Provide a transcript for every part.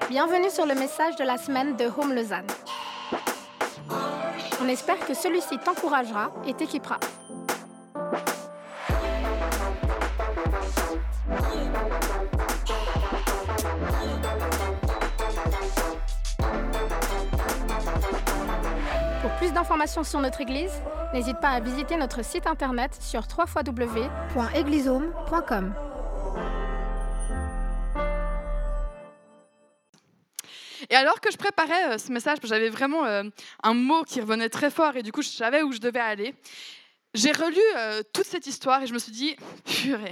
Bienvenue sur le message de la semaine de Home Lausanne. On espère que celui-ci t'encouragera et t'équipera. Pour plus d'informations sur notre Église, n'hésite pas à visiter notre site internet sur www.eglishome.com. Et alors que je préparais ce message, parce que j'avais vraiment un mot qui revenait très fort et du coup je savais où je devais aller, j'ai relu toute cette histoire et je me suis dit, purée,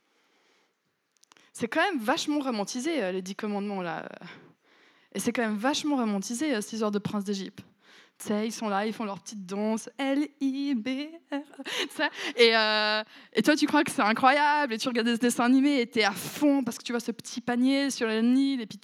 c'est quand même vachement romantisé les 10 commandements là. Et c'est quand même vachement romantisé cette histoire de prince d'Égypte. Tu sais, ils sont là, ils font leur petite danse, L-I-B-R, et toi tu crois que c'est incroyable et tu regardes ce dessin animé et t'es à fond parce que tu vois ce petit panier sur le Nil et puis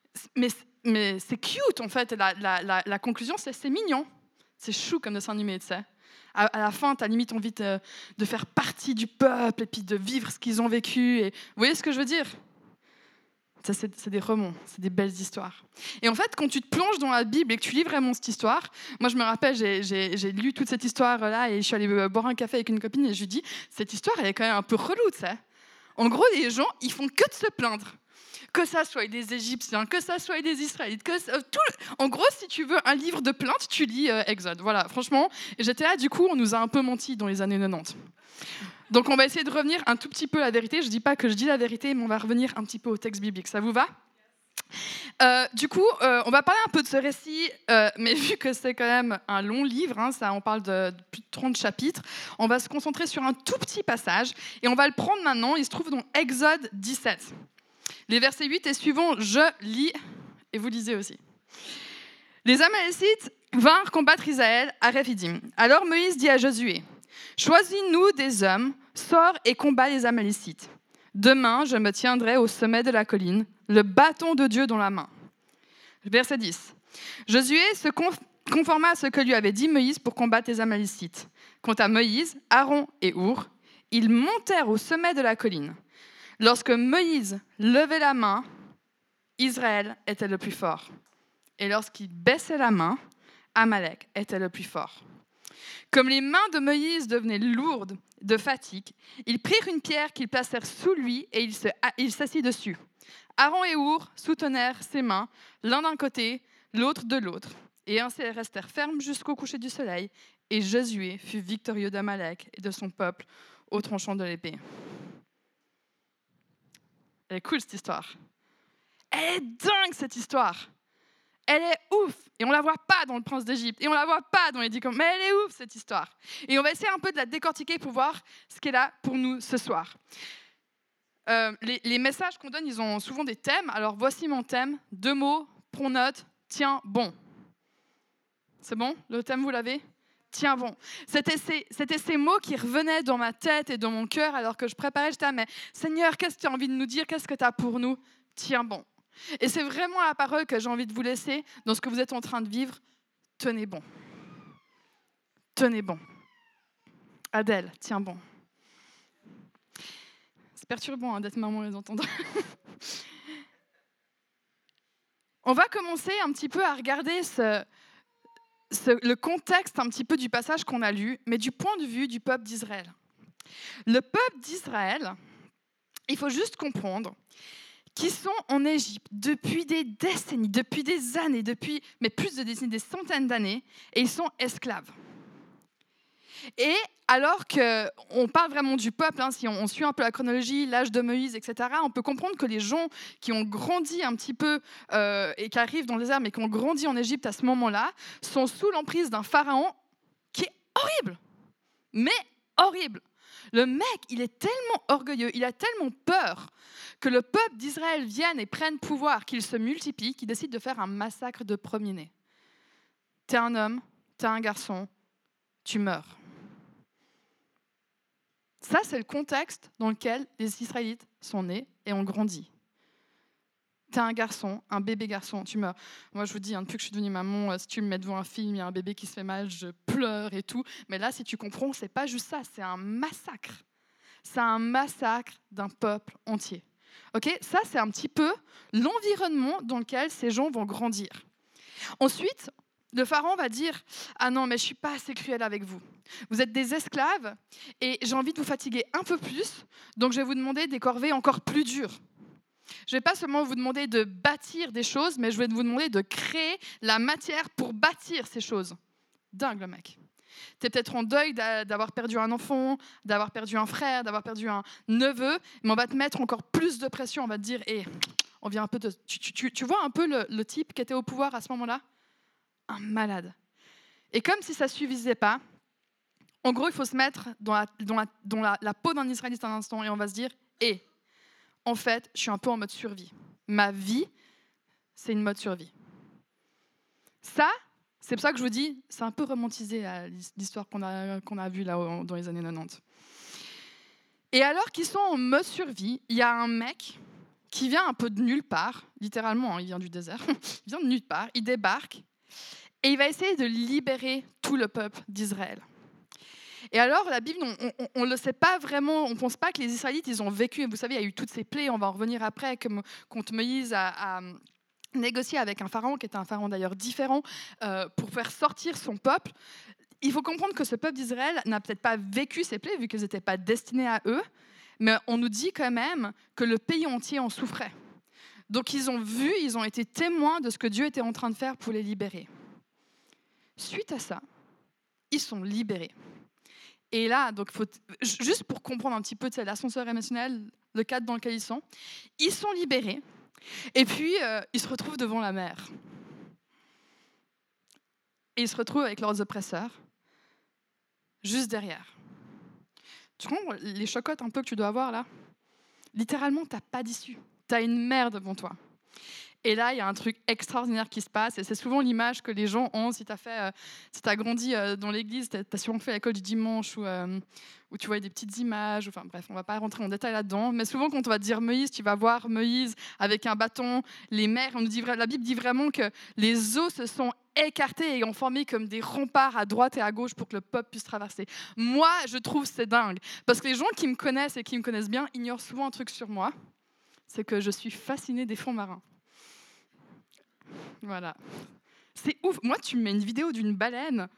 mais c'est cute en fait. La conclusion, c'est mignon. C'est chou comme dessin animé, tu sais. À la fin, tu as limite envie de faire partie du peuple et puis de vivre ce qu'ils ont vécu. Et... Vous voyez ce que je veux dire ? Ça, c'est des romans, c'est des belles histoires. Et en fait, quand tu te plonges dans la Bible et que tu lis vraiment cette histoire, moi je me rappelle, j'ai lu toute cette histoire-là et je suis allée boire un café avec une copine et je lui dis, cette histoire, elle est quand même un peu relou, tu sais. En gros, les gens, ils font que de se plaindre. Que ça soit des Égyptiens, que ça soit des Israélites, en gros, si tu veux un livre de plaintes, tu lis Exode. Voilà, franchement, j'étais là, du coup, on nous a un peu menti dans les années 90. Donc on va essayer de revenir un tout petit peu à la vérité. Je ne dis pas que je dis la vérité, mais on va revenir un petit peu au texte biblique. Ça vous va ? Du coup, on va parler un peu de ce récit, mais vu que c'est quand même un long livre, hein, on parle de plus de 30 chapitres, on va se concentrer sur un tout petit passage, et on va le prendre maintenant. Il se trouve dans Exode 17. Les versets 8 et suivants, je lis, et vous lisez aussi. Les Amalécites vinrent combattre Israël à Rephidim. Alors Moïse dit à Josué, « Choisis-nous des hommes, sors et combats les Amalécites. Demain, je me tiendrai au sommet de la colline, le bâton de Dieu dans la main. » Verset 10. Josué se conforma à ce que lui avait dit Moïse pour combattre les Amalécites. Quant à Moïse, Aaron et Our, ils montèrent au sommet de la colline. Lorsque Moïse levait la main, Israël était le plus fort. Et lorsqu'il baissait la main, Amalek était le plus fort. Comme les mains de Moïse devenaient lourdes de fatigue, ils prirent une pierre qu'ils placèrent sous lui et il s'assit dessus. Aaron et Our soutenèrent ses mains, l'un d'un côté, l'autre de l'autre. Et ainsi elles restèrent fermes jusqu'au coucher du soleil. Et Josué fut victorieux d'Amalek et de son peuple au tranchant de l'épée. Elle est cool, cette histoire. Elle est dingue, cette histoire. Elle est ouf. Et on ne la voit pas dans le Prince d'Égypte. Et on ne la voit pas dans les 10 commandements. Mais elle est ouf, cette histoire. Et on va essayer un peu de la décortiquer pour voir ce qu'elle a pour nous ce soir. Les messages qu'on donne, ils ont souvent des thèmes. Alors, voici mon thème. 2 mots, prends note, tiens bon. C'est bon ? Le thème, vous l'avez ? Tiens bon. C'était ces mots qui revenaient dans ma tête et dans mon cœur alors que je préparais. J'étais mais Seigneur, qu'est-ce que tu as envie de nous dire ? Qu'est-ce que tu as pour nous ? Tiens bon. Et c'est vraiment la parole que j'ai envie de vous laisser dans ce que vous êtes en train de vivre. Tenez bon. Tenez bon. Adèle, tiens bon. C'est perturbant d'être maman et d'entendre. On va commencer un petit peu à regarder le contexte un petit peu du passage qu'on a lu, mais du point de vue du peuple d'Israël. Le peuple d'Israël, il faut juste comprendre qu'ils sont en Égypte depuis des décennies, depuis des années, mais plus de décennies, des centaines d'années, et ils sont esclaves. Et alors qu'on parle vraiment du peuple, hein, si on suit un peu la chronologie, l'âge de Moïse, etc., on peut comprendre que les gens qui ont grandi un petit peu et qui arrivent dans le désert, mais qui ont grandi en Égypte à ce moment-là, sont sous l'emprise d'un pharaon qui est horrible, mais horrible. Le mec, il est tellement orgueilleux, il a tellement peur que le peuple d'Israël vienne et prenne pouvoir, qu'il se multiplie, qu'il décide de faire un massacre de premiers-nés. T'es un homme, t'es un garçon, tu meurs. Ça, c'est le contexte dans lequel les Israélites sont nés et ont grandi. T'es un garçon, un bébé garçon, tu meurs. Moi, je vous dis, depuis que je suis devenue maman, si tu me mets devant un film, il y a un bébé qui se fait mal, je pleure et tout. Mais là, si tu comprends, c'est pas juste ça, c'est un massacre. C'est un massacre d'un peuple entier. Ok, ça, c'est un petit peu l'environnement dans lequel ces gens vont grandir. Ensuite, le pharaon va dire « Ah non, mais je ne suis pas assez cruel avec vous. Vous êtes des esclaves et j'ai envie de vous fatiguer un peu plus, donc je vais vous demander des corvées encore plus dures. Je ne vais pas seulement vous demander de bâtir des choses, mais je vais vous demander de créer la matière pour bâtir ces choses. » Dingue, le mec. Tu es peut-être en deuil d'avoir perdu un enfant, d'avoir perdu un frère, d'avoir perdu un neveu, mais on va te mettre encore plus de pression. On va te dire, on vient un peu de... Tu vois un peu le type qui était au pouvoir à ce moment-là? Un malade. Et comme si ça ne suffisait pas, en gros, il faut se mettre dans la peau d'un Israélite un instant et on va se dire, en fait, je suis un peu en mode survie. Ma vie, c'est une mode survie. Ça, c'est pour ça que je vous dis, c'est un peu romantisé l'histoire qu'on a vue là dans les années 90. Et alors qu'ils sont en mode survie, il y a un mec qui vient un peu de nulle part, littéralement, hein, il vient du désert, il vient de nulle part, il débarque, et il va essayer de libérer tout le peuple d'Israël. Et alors, la Bible, on ne le sait pas vraiment, on ne pense pas que les Israélites, ils ont vécu, vous savez, il y a eu toutes ces plaies, on va en revenir après, comme quand Moïse a négocié avec un pharaon, qui était un pharaon d'ailleurs différent, pour faire sortir son peuple. Il faut comprendre que ce peuple d'Israël n'a peut-être pas vécu ces plaies, vu qu'elles n'étaient pas destinées à eux, mais on nous dit quand même que le pays entier en souffrait. Donc ils ont vu, ils ont été témoins de ce que Dieu était en train de faire pour les libérer. Suite à ça, ils sont libérés. Et là, donc, juste pour comprendre un petit peu l'ascenseur émotionnel, le cadre dans lequel ils sont libérés, et puis ils se retrouvent devant la mer. Et ils se retrouvent avec leurs oppresseurs, juste derrière. Tu comprends les chocottes un peu que tu dois avoir là? Littéralement, tu n'as pas d'issue. Tu as une mer devant toi. Et là, il y a un truc extraordinaire qui se passe. Et c'est souvent l'image que les gens ont. Si tu as grandi dans l'église, tu as sûrement fait l'école du dimanche où tu vois des petites images. Enfin bref, on ne va pas rentrer en détail là-dedans. Mais souvent, quand on va te dire Moïse, tu vas voir Moïse avec un bâton, les mers. La Bible dit vraiment que les eaux se sont écartés et ont formé comme des remparts à droite et à gauche pour que le peuple puisse traverser. Moi, je trouve c'est dingue. Parce que les gens qui me connaissent et qui me connaissent bien ignorent souvent un truc sur moi. C'est que je suis fascinée des fonds marins. Voilà. C'est ouf. Moi, tu me mets une vidéo d'une baleine,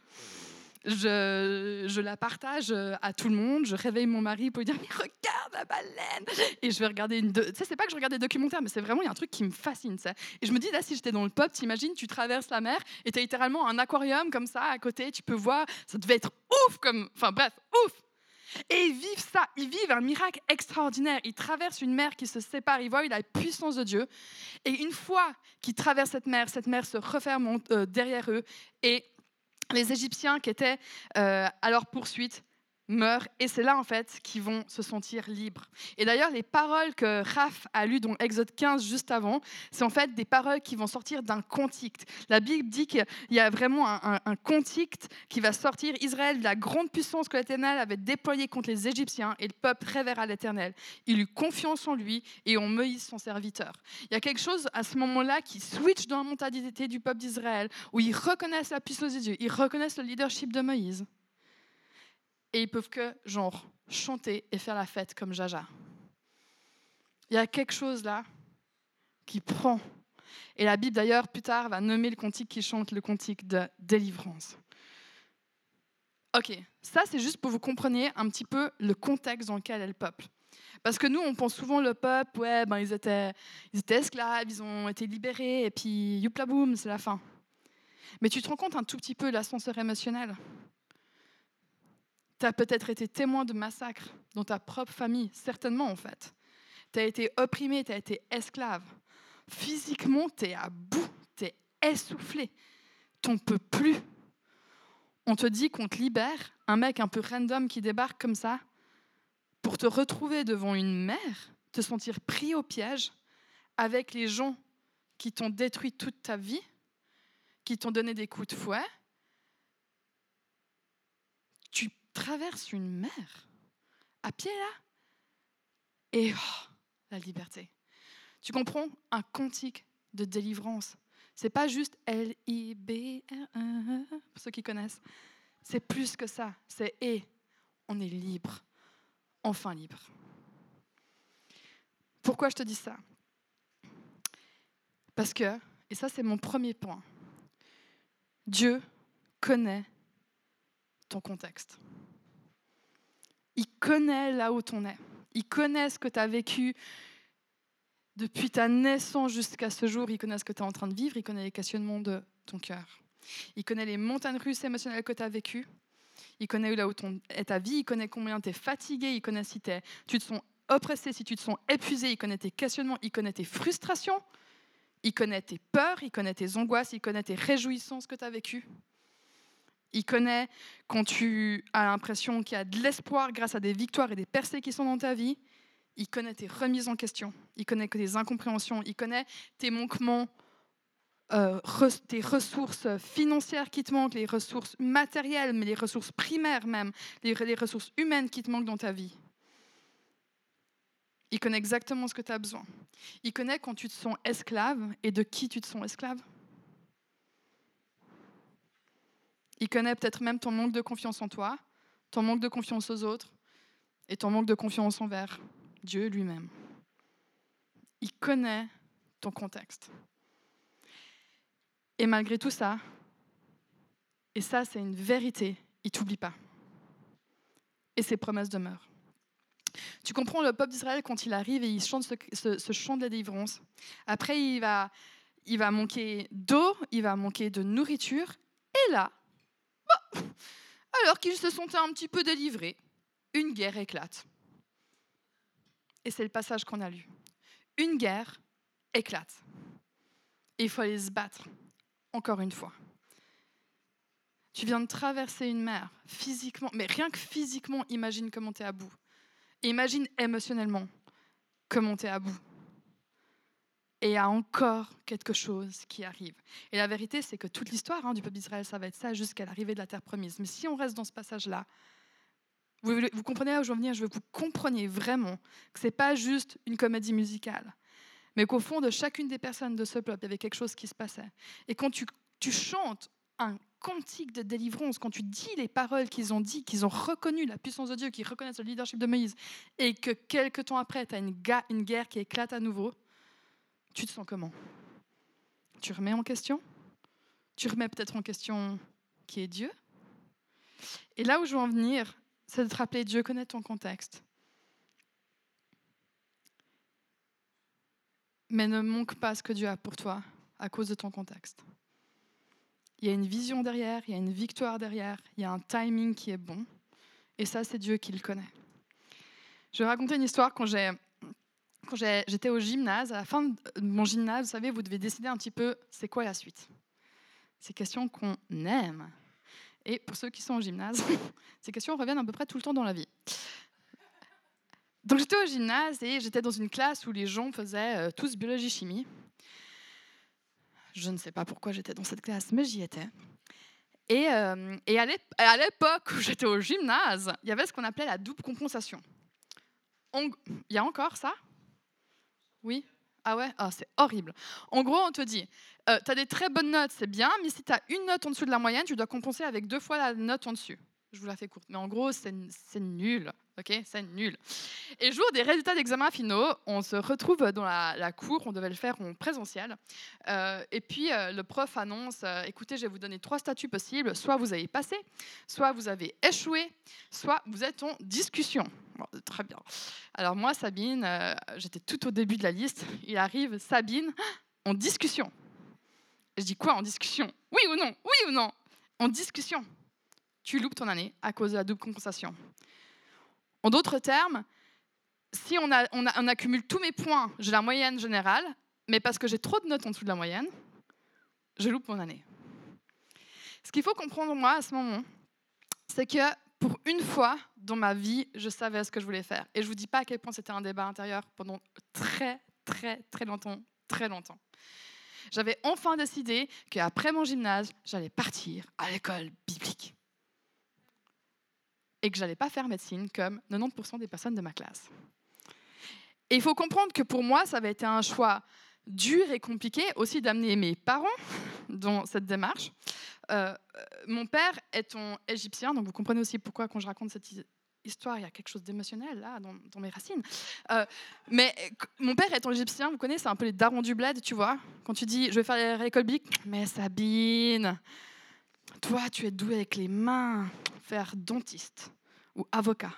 je la partage à tout le monde, je réveille mon mari pour lui dire « Mais regarde la baleine !» Et je vais regarder Tu sais, c'est pas que je regarde des documentaires, mais c'est vraiment, il y a un truc qui me fascine, ça. Et je me dis, là, si j'étais dans le pub, t'imagines, tu traverses la mer et t'as littéralement un aquarium comme ça à côté, tu peux voir, ça devait être ouf comme... Enfin bref, ouf. Et ils vivent ça, ils vivent un miracle extraordinaire. Ils traversent une mer qui se sépare, ils voient la puissance de Dieu. Et une fois qu'ils traversent cette mer se referme derrière eux. Et les Égyptiens qui étaient à leur poursuite meurent. Et c'est là, en fait, qu'ils vont se sentir libres. Et d'ailleurs, les paroles que Raph a lues dans Exode 15 juste avant, c'est en fait des paroles qui vont sortir d'un cantique. La Bible dit qu'il y a vraiment un cantique qui va sortir. Israël, la grande puissance que l'Éternel avait déployée contre les Égyptiens, et le peuple révéra l'Éternel. Il eut confiance en lui et en Moïse, son serviteur. Il y a quelque chose à ce moment-là qui switch dans la mentalité du peuple d'Israël, où ils reconnaissent la puissance de Dieu, ils reconnaissent le leadership de Moïse. Et ils peuvent que, chanter et faire la fête comme Jaja. Il y a quelque chose là qui prend. Et la Bible, d'ailleurs, plus tard, va nommer le cantique qui chante le cantique de délivrance. Ok, ça, c'est juste pour que vous compreniez un petit peu le contexte dans lequel est le peuple. Parce que nous, on pense souvent le peuple, ils étaient esclaves, ils ont été libérés, et puis, youpla boum, c'est la fin. Mais tu te rends compte un tout petit peu de l'ascenseur émotionnel? Tu as peut-être été témoin de massacres dans ta propre famille, certainement en fait. Tu as été opprimé, tu as été esclave. Physiquement, tu es à bout, tu es essoufflé. Tu n'en peux plus. On te dit qu'on te libère, un mec un peu random qui débarque comme ça, pour te retrouver devant une mer, te sentir pris au piège, avec les gens qui t'ont détruit toute ta vie, qui t'ont donné des coups de fouet. Tu traverses une mer à pied là et la liberté. Tu comprends? Un cantique de délivrance. C'est pas juste L-I-B-R-E, pour ceux qui connaissent. C'est plus que ça. C'est on est libre. Enfin libre. Pourquoi je te dis ça? Parce que, et ça c'est mon premier point, Dieu connaît ton contexte. Il connaît là où t'en es. Il connaît ce que tu as vécu depuis ta naissance jusqu'à ce jour. Il connaît ce que tu es en train de vivre. Il connaît les questionnements de ton cœur. Il connaît les montagnes russes émotionnelles que tu as vécues. Il connaît là où est ta vie. Il connaît combien tu es fatigué. Il connaît si tu te sens oppressé, si tu te sens épuisé. Il connaît tes questionnements. Il connaît tes frustrations. Il connaît tes peurs. Il connaît tes angoisses. Il connaît tes réjouissances que tu as vécues. Il connaît quand tu as l'impression qu'il y a de l'espoir grâce à des victoires et des percées qui sont dans ta vie. Il connaît tes remises en question. Il connaît tes incompréhensions. Il connaît tes manquements, tes ressources financières qui te manquent, les ressources matérielles, mais les ressources primaires même, les ressources humaines qui te manquent dans ta vie. Il connaît exactement ce que tu as besoin. Il connaît quand tu te sens esclave et de qui tu te sens esclave. Il connaît peut-être même ton manque de confiance en toi, ton manque de confiance aux autres et ton manque de confiance envers Dieu lui-même. Il connaît ton contexte. Et malgré tout ça, et ça c'est une vérité, il ne t'oublie pas. Et ses promesses demeurent. Tu comprends le peuple d'Israël quand il arrive et il chante ce chant de la délivrance. Après, il va manquer d'eau, il va manquer de nourriture. Et là, alors qu'ils se sont un petit peu délivrés, une guerre éclate. Et c'est le passage qu'on a lu. Une guerre éclate. Et il faut aller se battre, encore une fois. Tu viens de traverser une mer, physiquement, mais rien que physiquement, imagine comment tu es à bout. Et imagine émotionnellement comment tu es à bout. Et il y a encore quelque chose qui arrive. Et la vérité, c'est que toute l'histoire du peuple d'Israël, ça va être ça jusqu'à l'arrivée de la terre promise. Mais si on reste dans ce passage-là, vous comprenez là où je veux venir? Je veux que vous compreniez vraiment que ce n'est pas juste une comédie musicale, mais qu'au fond de chacune des personnes de ce peuple, il y avait quelque chose qui se passait. Et quand tu chantes un cantique de délivrance, quand tu dis les paroles qu'ils ont dit, qu'ils ont reconnu la puissance de Dieu, qu'ils reconnaissent le leadership de Moïse, et que quelques temps après, tu as une guerre qui éclate à nouveau, tu te sens comment? Tu remets en question? Tu remets peut-être en question qui est Dieu? Et là où je veux en venir, c'est de te rappeler, Dieu connaît ton contexte. Mais ne manque pas ce que Dieu a pour toi à cause de ton contexte. Il y a une vision derrière, il y a une victoire derrière, il y a un timing qui est bon. Et ça, c'est Dieu qui le connaît. Je vais raconter une histoire quand j'étais au gymnase. À la fin de mon gymnase, vous savez, vous devez décider un petit peu c'est quoi la suite. Ces questions qu'on aime. Et pour ceux qui sont au gymnase, ces questions reviennent à peu près tout le temps dans la vie. Donc j'étais au gymnase et j'étais dans une classe où les gens faisaient tous biologie-chimie. Je ne sais pas pourquoi j'étais dans cette classe, mais j'y étais. Et à l'époque où j'étais au gymnase, il y avait ce qu'on appelait la double compensation. Il y a encore ça? Oui? Ah ouais? Ah, c'est horrible. En gros, on te dit, tu as des très bonnes notes, c'est bien, mais si tu as une note en dessous de la moyenne, tu dois compenser avec 2 fois la note en dessus. Je vous la fais courte, mais en gros, c'est nul. Ok, c'est nul. Et jour des résultats d'examen finaux, on se retrouve dans la cour, on devait le faire en présentiel. Et puis le prof annonce, écoutez, je vais vous donner 3 statuts possibles. Soit vous avez passé, soit vous avez échoué, soit vous êtes en discussion. Bon, très bien. Alors moi, Sabine, j'étais tout au début de la liste. Il arrive, Sabine, en discussion. Je dis quoi en discussion? Oui ou non? Oui ou non? En discussion. Tu loupes ton année à cause de la double compensation. En d'autres termes, si on accumule tous mes points, j'ai la moyenne générale, mais parce que j'ai trop de notes en dessous de la moyenne, je loupe mon année. Ce qu'il faut comprendre, moi, à ce moment, c'est que pour une fois dans ma vie, je savais ce que je voulais faire. Et je ne vous dis pas à quel point c'était un débat intérieur pendant très, très, très longtemps, très longtemps. J'avais enfin décidé qu'après mon gymnase, j'allais partir à l'école biblique. Et que je n'allais pas faire médecine comme 90% des personnes de ma classe. Et il faut comprendre que pour moi, ça avait été un choix dur et compliqué aussi d'amener mes parents dans cette démarche. Mon père étant égyptien, donc vous comprenez aussi pourquoi quand je raconte cette histoire, il y a quelque chose d'émotionnel là, dans mes racines. Mais mon père étant égyptien, vous connaissez, c'est un peu les darons du bled, tu vois. Quand tu dis, je vais faire l'école biblique, mais Sabine, toi, tu es douée avec les mains, faire dentiste ou avocat.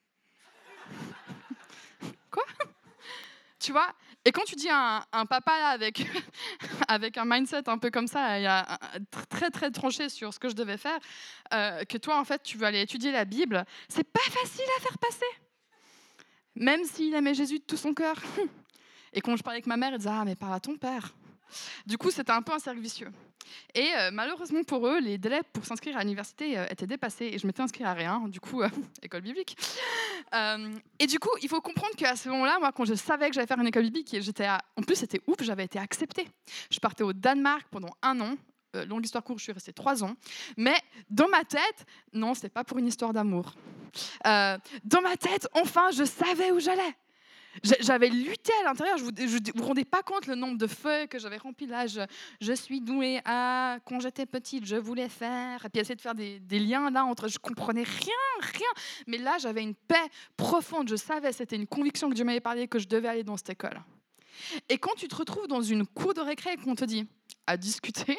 Quoi? Tu vois? Et quand tu dis un papa là, avec, avec un mindset un peu comme ça, il y a très très tranché sur ce que je devais faire, que toi en fait tu veux aller étudier la Bible, c'est pas facile à faire passer. Même s'il aimait Jésus de tout son cœur. Et quand je parlais avec ma mère, elle disait ah mais parle à ton père. Du coup c'était un peu un cercle vicieux. Et malheureusement pour eux, les délais pour s'inscrire à l'université étaient dépassés et je m'étais inscrite à rien, du coup, école biblique. Et du coup, il faut comprendre qu'à ce moment-là, moi, quand je savais que j'allais faire une école biblique, en plus c'était ouf, j'avais été acceptée. Je partais au Danemark pendant 1 an. Longue histoire courte, je suis restée 3 ans. Mais dans ma tête, non, c'était pas pour une histoire d'amour. Dans ma tête, enfin, je savais où j'allais. J'avais lutté à l'intérieur, vous vous rendez pas compte le nombre de feuilles que j'avais remplies là. Je suis douée à, quand j'étais petite, je voulais faire, et puis essayer de faire des liens là entre, je comprenais rien. Mais là, j'avais une paix profonde, je savais, c'était une conviction que Dieu m'avait parlé, que je devais aller dans cette école. Et quand tu te retrouves dans une cour de récré et qu'on te dit, à discuter,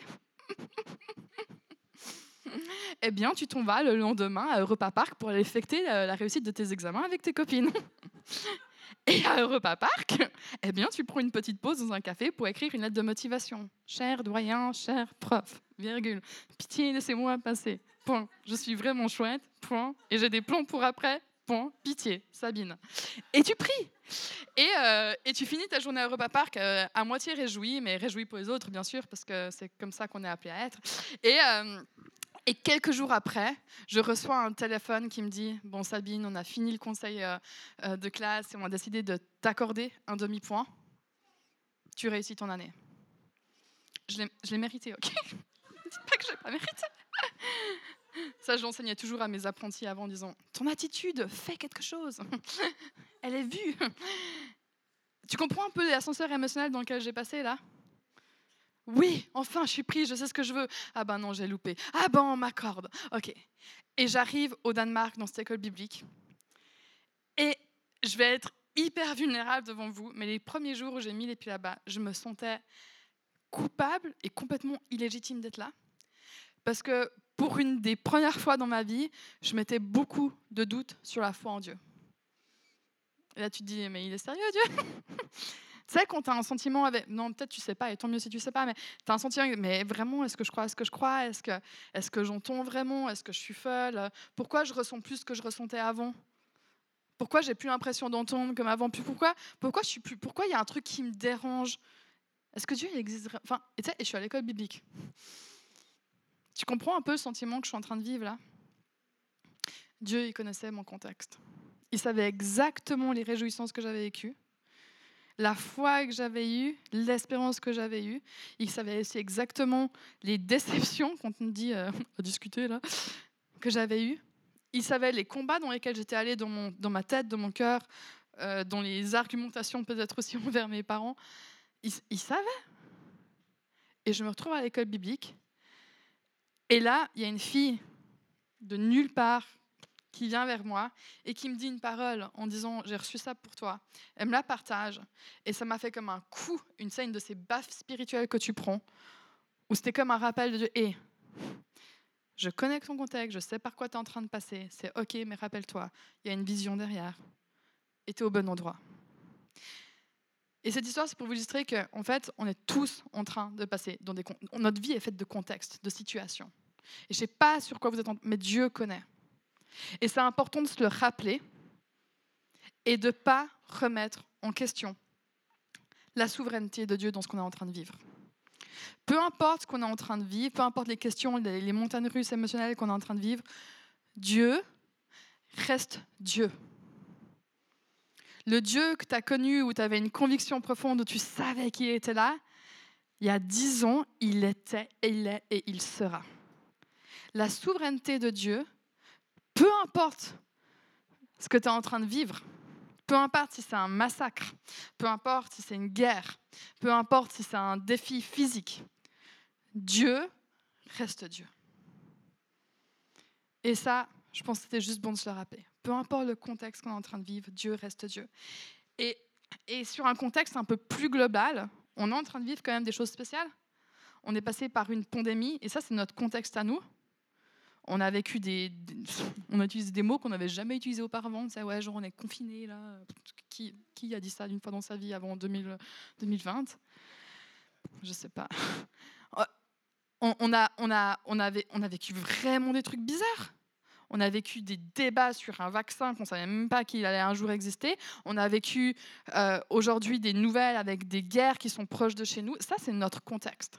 eh bien, tu t'en vas le lendemain à Europa Park pour aller fêter la réussite de tes examens avec tes copines. Et à Europa Park, eh bien, tu prends une petite pause dans un café pour écrire une lettre de motivation. Cher doyen, cher prof, virgule. Pitié, laissez-moi passer. Point. Je suis vraiment chouette. Point. Et j'ai des plans pour après. Point. Pitié, Sabine. Et tu pries. Et tu finis ta journée à Europa Park à moitié réjoui, mais réjoui pour les autres, bien sûr, parce que c'est comme ça qu'on est appelé à être. Et quelques jours après, je reçois un téléphone qui me dit « Bon Sabine, on a fini le conseil de classe et on a décidé de t'accorder un demi-point. Tu réussis ton année. » Je l'ai mérité, ok? Dites pas que je l'ai pas mérité. Ça, je l'enseignais toujours à mes apprentis avant en disant « Ton attitude, fais quelque chose. Elle est vue. » Tu comprends un peu l'ascenseur émotionnel dans lequel j'ai passé là? Oui, enfin, je suis prise, je sais ce que je veux. Ah ben non, j'ai loupé. Ah ben, on m'accorde. Ok. Et j'arrive au Danemark, dans cette école biblique. Et je vais être hyper vulnérable devant vous, mais les premiers jours où j'ai mis les pieds là-bas, je me sentais coupable et complètement illégitime d'être là. Parce que pour une des premières fois dans ma vie, je mettais beaucoup de doutes sur la foi en Dieu. Et là, tu te dis, mais il est sérieux, Dieu? Tu sais, quand tu as un sentiment avec... Non, peut-être tu sais pas, et tant mieux si tu sais pas, mais tu as un sentiment, mais vraiment, est-ce que je crois ce que je crois? Est-ce que j'entends vraiment? Est-ce que je suis folle? Pourquoi je ressens plus ce que je ressentais avant? Pourquoi j'ai plus l'impression d'entendre comme avant? Pourquoi il y a un truc qui me dérange? Est-ce que Dieu il existe? Enfin, et tu sais, et je suis à l'école biblique. Tu comprends un peu le sentiment que je suis en train de vivre là? Dieu, il connaissait mon contexte. Il savait exactement les réjouissances que j'avais vécues, la foi que j'avais eue, l'espérance que j'avais eue. Il savait aussi exactement les déceptions, quand on me dit à discuter là, que j'avais eues. Il savait les combats dans lesquels j'étais allée dans ma tête, dans mon cœur, dans les argumentations peut-être aussi envers mes parents. Il savait. Et je me retrouve à l'école biblique. Et là, il y a une fille de nulle part qui vient vers moi et qui me dit une parole en disant « J'ai reçu ça pour toi ». Elle me la partage et ça m'a fait comme un coup, une scène de ces baffes spirituelles que tu prends, où c'était comme un rappel de Dieu « Hé, je connais ton contexte, je sais par quoi tu es en train de passer, c'est ok, mais rappelle-toi, il y a une vision derrière et tu es au bon endroit ». Et cette histoire, c'est pour vous illustrer qu'en fait, on est tous en train de passer dans des... Notre vie est faite de contextes, de situations. Et je ne sais pas sur quoi vous êtes, mais Dieu connaît. Et c'est important de se le rappeler et de ne pas remettre en question la souveraineté de Dieu dans ce qu'on est en train de vivre. Peu importe ce qu'on est en train de vivre, peu importe les questions, les montagnes russes émotionnelles qu'on est en train de vivre, Dieu reste Dieu. Le Dieu que tu as connu, où tu avais une conviction profonde, où tu savais qu'il était là, il y a 10 ans, il était, il est et il sera. La souveraineté de Dieu, peu importe ce que tu es en train de vivre, peu importe si c'est un massacre, peu importe si c'est une guerre, peu importe si c'est un défi physique, Dieu reste Dieu. Et ça, je pense que c'était juste bon de se le rappeler. Peu importe le contexte qu'on est en train de vivre, Dieu reste Dieu. Et sur un contexte un peu plus global, on est en train de vivre quand même des choses spéciales. On est passé par une pandémie, et ça, c'est notre contexte à nous. On a vécu on a utilisé des mots qu'on n'avait jamais utilisés auparavant. C'est ouais, genre on est confiné là. Qui a dit ça d'une fois dans sa vie avant 2020 ? Je sais pas. On a vécu vraiment des trucs bizarres. On a vécu des débats sur un vaccin qu'on ne savait même pas qu'il allait un jour exister. On a vécu aujourd'hui des nouvelles avec des guerres qui sont proches de chez nous. Ça, c'est notre contexte.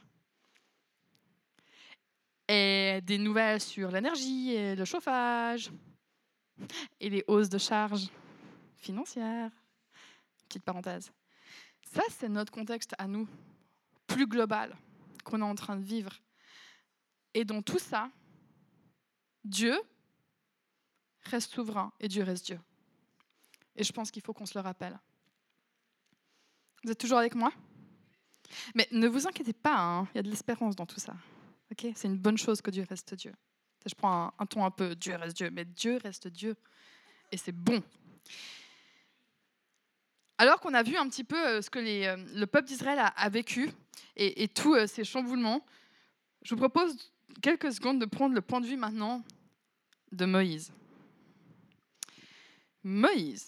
Et des nouvelles sur l'énergie et le chauffage et les hausses de charges financières. Petite parenthèse. Ça, c'est notre contexte à nous, plus global, qu'on est en train de vivre. Et dans tout ça, Dieu reste souverain et Dieu reste Dieu. Et je pense qu'il faut qu'on se le rappelle. Vous êtes toujours avec moi ? Mais ne vous inquiétez pas, hein, il y a de l'espérance dans tout ça. Okay ? C'est une bonne chose que Dieu reste Dieu. Je prends un ton un peu Dieu reste Dieu, mais Dieu reste Dieu. Et c'est bon. Alors qu'on a vu un petit peu ce que le peuple d'Israël a vécu et tous ces chamboulements, je vous propose quelques secondes de prendre le point de vue maintenant de Moïse. Moïse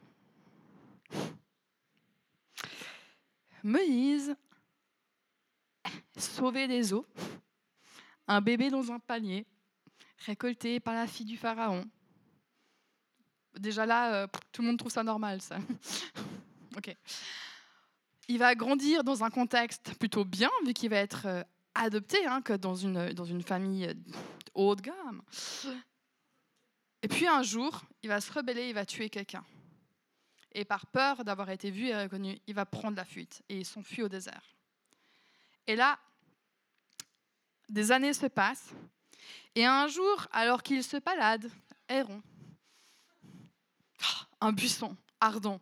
sauvé des eaux, un bébé dans un panier, récolté par la fille du pharaon. Déjà là, tout le monde trouve ça normal, ça. Ok. Il va grandir dans un contexte plutôt bien, vu qu'il va être adopté, que dans une famille haut de gamme. Et puis un jour, il va se rebeller, il va tuer quelqu'un. Et par peur d'avoir été vu et reconnu, il va prendre la fuite et il s'enfuit au désert. Et là, des années se passent. Et un jour, alors qu'il se balade, errant, un buisson ardent.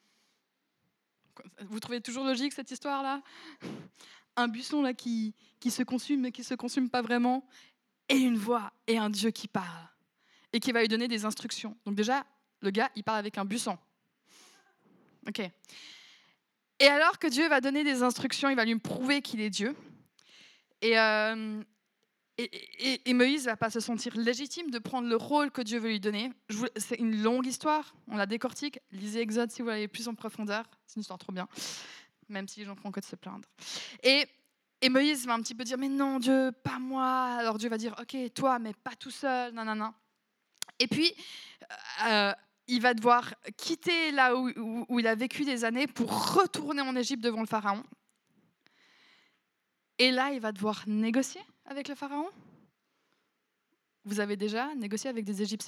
Vous trouvez toujours logique cette histoire-là ? Un buisson là qui se consume, mais qui ne se consume pas vraiment. Et une voix et un Dieu qui parle. Et qui va lui donner des instructions. Donc déjà, le gars, il parle avec un buisson. Ok. Et alors que Dieu va donner des instructions, il va lui prouver qu'il est Dieu. Et Moïse ne va pas se sentir légitime de prendre le rôle que Dieu veut lui donner. C'est une longue histoire, on la décortique. Lisez Exode si vous voulez plus en profondeur. C'est une histoire trop bien, même si les gens font que de se plaindre. Et Moïse va un petit peu dire, mais non Dieu, pas moi. Alors Dieu va dire, ok, toi, mais pas tout seul, nanana. Et puis, il va devoir quitter là où il a vécu des années pour retourner en Égypte devant le pharaon. Et là, il va devoir négocier avec le pharaon. Vous avez déjà négocié avec des Égyptiens ?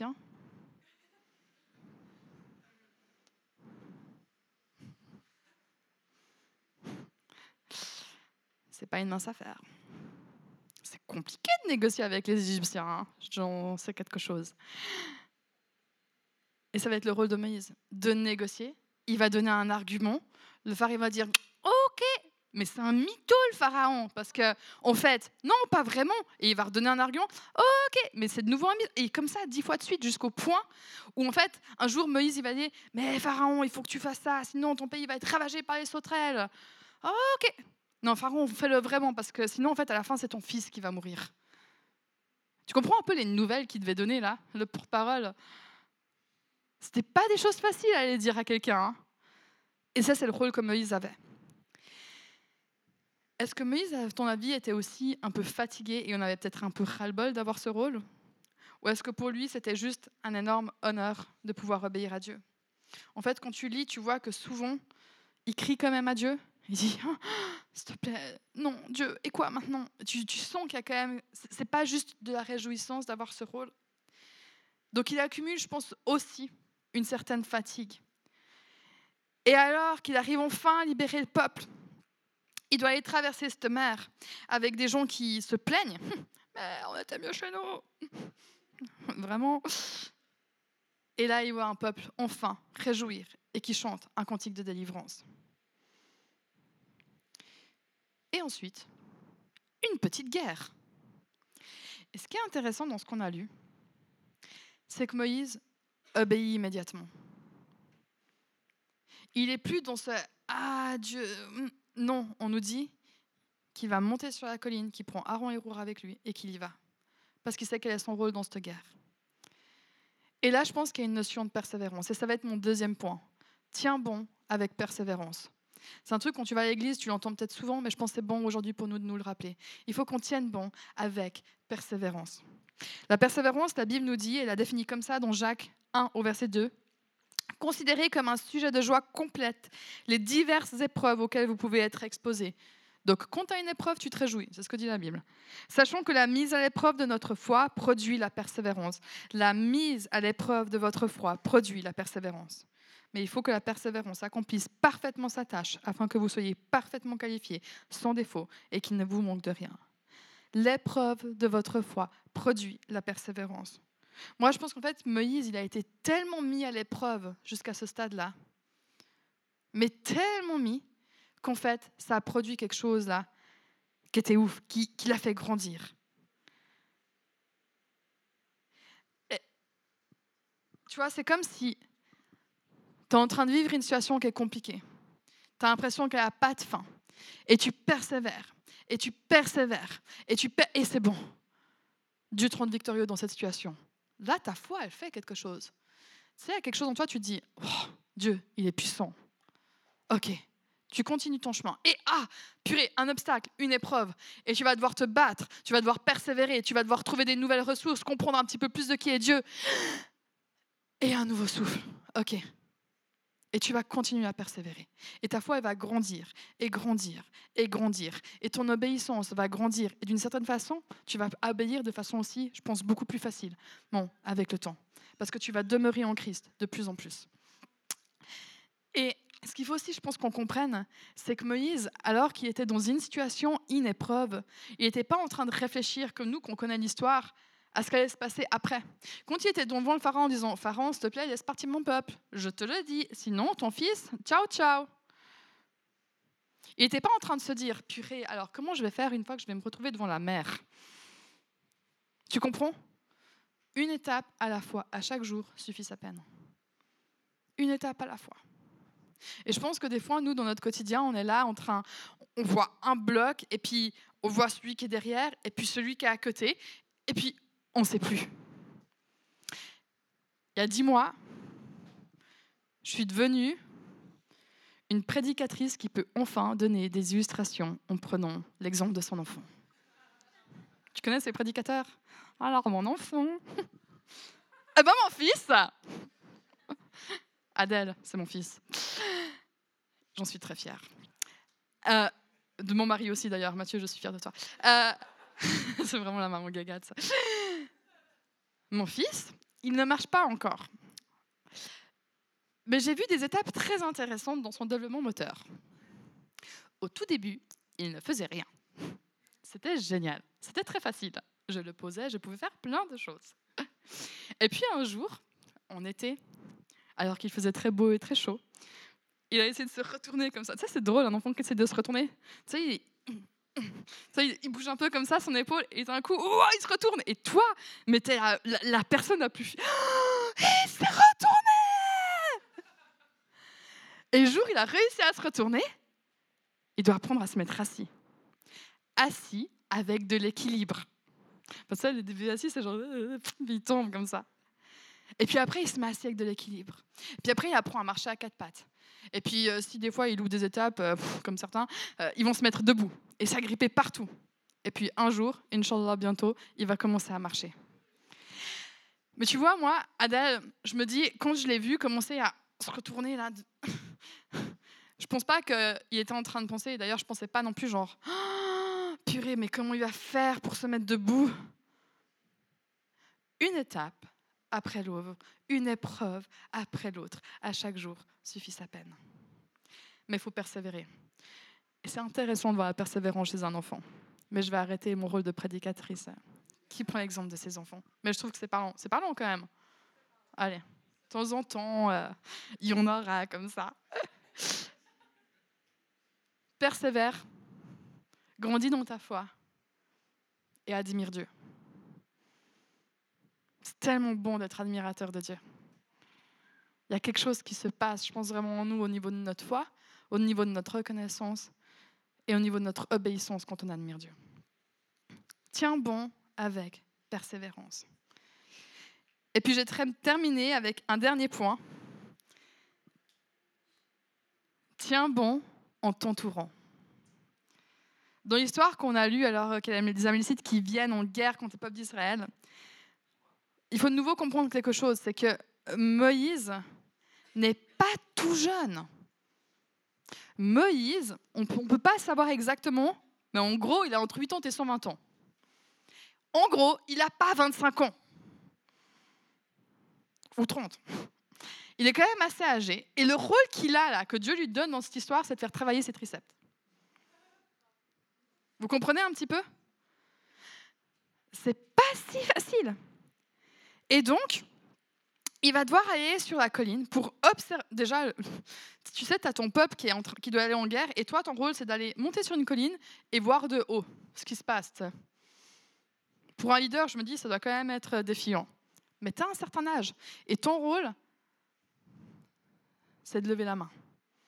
C'est pas une mince affaire. C'est compliqué de négocier avec les Égyptiens, hein. J'en sais quelque chose. Et ça va être le rôle de Moïse, de négocier. Il va donner un argument. Le pharaon va dire « Ok !» Mais c'est un mytho, le pharaon, parce que, en fait, non, pas vraiment. Et il va redonner un argument. Ok, mais c'est de nouveau un mytho. Et comme ça, 10 fois de suite, jusqu'au point où, en fait, un jour, Moïse, il va dire, mais pharaon, il faut que tu fasses ça, sinon ton pays va être ravagé par les sauterelles. Ok. Non, pharaon, fais-le vraiment, parce que sinon, en fait, à la fin, c'est ton fils qui va mourir. Tu comprends un peu les nouvelles qu'il devait donner, là, le porte-parole ? C'était pas des choses faciles à aller dire à quelqu'un, hein. Et ça, c'est le rôle que Moïse avait. Est-ce que Moïse, à ton avis, était aussi un peu fatigué et on avait peut-être un peu ras-le-bol d'avoir ce rôle ? Ou est-ce que pour lui, c'était juste un énorme honneur de pouvoir obéir à Dieu ? En fait, quand tu lis, tu vois que souvent, il crie quand même à Dieu. Il dit oh, « S'il te plaît, non, Dieu, et quoi maintenant ?» Tu sens qu'il y a quand même... C'est pas juste de la réjouissance d'avoir ce rôle. Donc il accumule, je pense, aussi une certaine fatigue. Et alors qu'il arrive enfin à libérer le peuple, il doit aller traverser cette mer avec des gens qui se plaignent. Mais on était mieux chez nous. Vraiment. Et là, il voit un peuple enfin réjouir et qui chante un cantique de délivrance. Et ensuite, une petite guerre. Et ce qui est intéressant dans ce qu'on a lu, c'est que Moïse obéit immédiatement. Il est plus dans ce « Ah, Dieu ». Non, on nous dit qu'il va monter sur la colline, qu'il prend Aaron et Hur avec lui et qu'il y va. Parce qu'il sait quel est son rôle dans cette guerre. Et là, je pense qu'il y a une notion de persévérance. Et ça va être mon deuxième point. Tiens bon avec persévérance. C'est un truc, quand tu vas à l'église, tu l'entends peut-être souvent, mais je pense que c'est bon aujourd'hui pour nous de nous le rappeler. Il faut qu'on tienne bon avec persévérance. La persévérance, la Bible nous dit, et la définit comme ça dans Jacques 1 au verset 2, considérez comme un sujet de joie complète les diverses épreuves auxquelles vous pouvez être exposés. Donc, quand tu as une épreuve, tu te réjouis. C'est ce que dit la Bible. Sachant que la mise à l'épreuve de notre foi produit la persévérance. La mise à l'épreuve de votre foi produit la persévérance. Mais il faut que la persévérance accomplisse parfaitement sa tâche afin que vous soyez parfaitement qualifiés, sans défaut, et qu'il ne vous manque de rien. L'épreuve de votre foi produit la persévérance. Moi, je pense qu'en fait, Moïse, il a été tellement mis à l'épreuve jusqu'à ce stade-là, mais tellement mis, qu'en fait, ça a produit quelque chose là qui était ouf, qui l'a fait grandir. Et, tu vois, c'est comme si tu es en train de vivre une situation qui est compliquée. Tu as l'impression qu'elle n'a pas de fin. Et tu persévères, et tu persévères, et c'est bon. Dieu te rend victorieux dans cette situation. Là, ta foi, elle fait quelque chose. Tu sais, il y a quelque chose en toi, tu te dis, oh, Dieu, il est puissant. Ok, tu continues ton chemin. Et purée, un obstacle, une épreuve. Et tu vas devoir te battre, tu vas devoir persévérer, tu vas devoir trouver des nouvelles ressources, comprendre un petit peu plus de qui est Dieu. Et un nouveau souffle. Ok. Et tu vas continuer à persévérer. Et ta foi, elle va grandir, et grandir, et grandir. Et ton obéissance va grandir. Et d'une certaine façon, tu vas obéir de façon aussi, je pense, beaucoup plus facile. Bon, avec le temps. Parce que tu vas demeurer en Christ de plus en plus. Et ce qu'il faut aussi, je pense, qu'on comprenne, c'est que Moïse, alors qu'il était dans une situation, une épreuve, il n'était pas en train de réfléchir, comme nous, qu'on connaît l'histoire, à ce qui allait se passer après. Quand il était devant le pharaon en disant « Pharaon, s'il te plaît, laisse partir mon peuple. Je te le dis, sinon ton fils, ciao, ciao ». Il n'était pas en train de se dire « Purée, alors comment je vais faire une fois que je vais me retrouver devant la mer ?» Tu comprends ? Une étape à la fois, à chaque jour, suffit sa peine. Une étape à la fois. Et je pense que des fois, nous, dans notre quotidien, on est là on voit un bloc, et puis on voit celui qui est derrière, et puis celui qui est à côté, et puis on ne sait plus. Il y a 10 mois, je suis devenue une prédicatrice qui peut enfin donner des illustrations en prenant l'exemple de son enfant. Tu connais ces prédicateurs ? Alors, mon enfant. Eh ben, mon fils. Adèle, c'est mon fils. J'en suis très fière. De mon mari aussi, d'ailleurs. Mathieu, je suis fière de toi. C'est vraiment la maman gagate, ça. Mon fils, il ne marche pas encore. Mais j'ai vu des étapes très intéressantes dans son développement moteur. Au tout début, il ne faisait rien. C'était génial. C'était très facile. Je le posais, je pouvais faire plein de choses. Et puis un jour, en été, alors qu'il faisait très beau et très chaud, il a essayé de se retourner comme ça. Tu sais, c'est drôle, un enfant qui essaie de se retourner. Tu sais, il bouge un peu comme ça, son épaule, et d'un coup, il se retourne. Et toi, mais t'es la personne la plus... il s'est retourné! Et le jour, il a réussi à se retourner. Il doit apprendre à se mettre assis. Assis avec de l'équilibre. Parce que ça, les débuts assis, c'est genre... il tombe comme ça. Et puis après, il se met assis avec de l'équilibre. Puis après, il apprend à marcher à 4 pattes. Et puis, si des fois, il loupe des étapes, comme certains, ils vont se mettre debout et s'agripper partout. Et puis, un jour, Inch'Allah, bientôt, il va commencer à marcher. Mais tu vois, moi, Adèle, je me dis, quand je l'ai vu commencer à se retourner, là, je pense pas qu'il était en train de penser, et d'ailleurs, je pensais pas non plus, genre, purée, mais comment il va faire pour se mettre debout ? Une étape après l'autre, une épreuve après l'autre, à chaque jour, suffit sa peine. Mais il faut persévérer. Et c'est intéressant de voir la persévérance chez un enfant. Mais je vais arrêter mon rôle de prédicatrice qui prend l'exemple de ses enfants. Mais je trouve que c'est parlant. C'est parlant quand même. Allez, de temps en temps, il y en aura comme ça. Persévère, grandis dans ta foi et admire Dieu. C'est tellement bon d'être admirateur de Dieu. Il y a quelque chose qui se passe, je pense vraiment en nous, au niveau de notre foi, au niveau de notre reconnaissance et au niveau de notre obéissance quand on admire Dieu. Tiens bon avec persévérance. Et puis je vais terminer avec un dernier point. Tiens bon en t'entourant. Dans l'histoire qu'on a lue, alors qu'il y a des Amalécites qui viennent en guerre contre le peuple d'Israël, il faut de nouveau comprendre quelque chose, c'est que Moïse n'est pas tout jeune. Moïse, on ne peut pas savoir exactement, mais en gros, il a entre 80 et 120 ans. En gros, il n'a pas 25 ans. Ou 30. Il est quand même assez âgé. Et le rôle qu'il a là, que Dieu lui donne dans cette histoire, c'est de faire travailler ses triceps. Vous comprenez un petit peu ? C'est pas si facile. Et donc, il va devoir aller sur la colline pour observer. Déjà, tu sais, tu as ton peuple qui doit aller en guerre, et toi, ton rôle, c'est d'aller monter sur une colline et voir de haut ce qui se passe. Pour un leader, je me dis, ça doit quand même être défiant. Mais tu as un certain âge, et ton rôle, c'est de lever la main.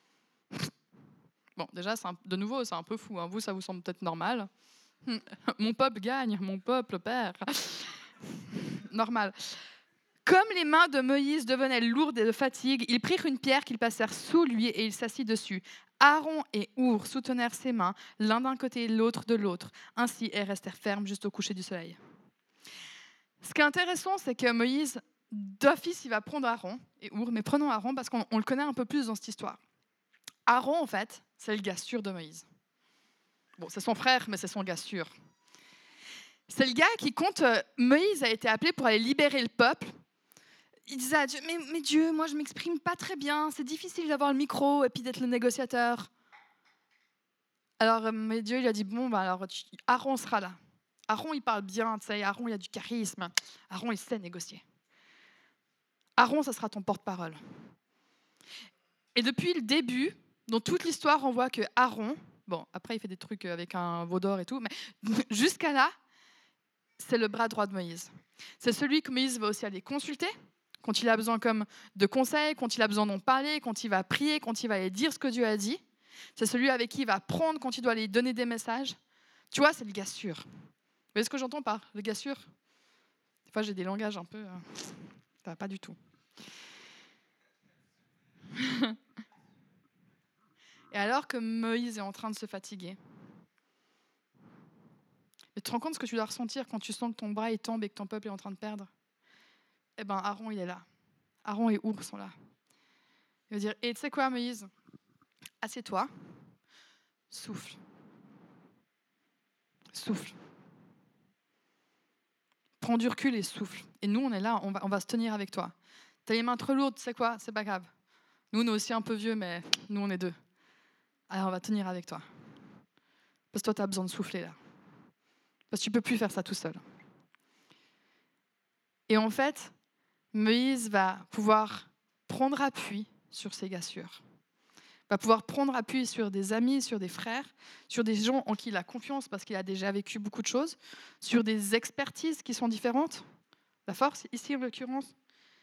Bon, déjà, de nouveau, c'est un peu fou. Hein. Vous, ça vous semble peut-être normal. Mon peuple gagne, mon peuple perd. Normal. Comme les mains de Moïse devenaient lourdes et de fatigue, ils prirent une pierre qu'ils passèrent sous lui et il s'assit dessus. Aaron et Hour soutenèrent ses mains, l'un d'un côté et l'autre de l'autre. Ainsi, elles restèrent fermes jusqu'au coucher du soleil. Ce qui est intéressant, c'est que Moïse, d'office, il va prendre Aaron et Hour, mais prenons Aaron parce qu'on le connaît un peu plus dans cette histoire. Aaron, en fait, c'est le gars sûr de Moïse. Bon, c'est son frère, mais c'est son gars sûr. C'est le gars qui, quand Moïse a été appelé pour aller libérer le peuple, il disait à Dieu, mais Dieu, moi je ne m'exprime pas très bien, c'est difficile d'avoir le micro et puis d'être le négociateur. Alors mais Dieu lui a dit, bon, alors Aaron sera là. Aaron, il parle bien, tu sais, Aaron, il a du charisme. Aaron, il sait négocier. Aaron, ça sera ton porte-parole. Et depuis le début, dans toute l'histoire, on voit que Aaron, bon, après il fait des trucs avec un veau d'or et tout, mais jusqu'à là, c'est le bras droit de Moïse. C'est celui que Moïse va aussi aller consulter quand il a besoin comme de conseils, quand il a besoin d'en parler, quand il va prier, quand il va aller dire ce que Dieu a dit. C'est celui avec qui il va prendre quand il doit aller donner des messages. Tu vois, c'est le gars sûr. Vous voyez ce que j'entends par le gars sûr ? Des fois, j'ai des langages un peu... ça va pas du tout. Et alors que Moïse est en train de se fatiguer, et tu te rends compte ce que tu dois ressentir quand tu sens que ton bras il tombe et que ton peuple est en train de perdre ? Eh bien, Aaron, il est là. Aaron et Hour sont là. Il va dire, et tu sais quoi, Moïse ? Assieds-toi, souffle. Souffle. Prends du recul et souffle. Et nous, on est là, on va se tenir avec toi. T'as les mains trop lourdes, tu sais quoi ? C'est pas grave. Nous, on est aussi un peu vieux, mais nous, on est deux. Alors, on va tenir avec toi. Parce que toi, tu as besoin de souffler là. Parce que tu ne peux plus faire ça tout seul. Et en fait, Moïse va pouvoir prendre appui sur ses gars sûrs. Va pouvoir prendre appui sur des amis, sur des frères, sur des gens en qui il a confiance parce qu'il a déjà vécu beaucoup de choses, sur des expertises qui sont différentes. La force, ici en l'occurrence.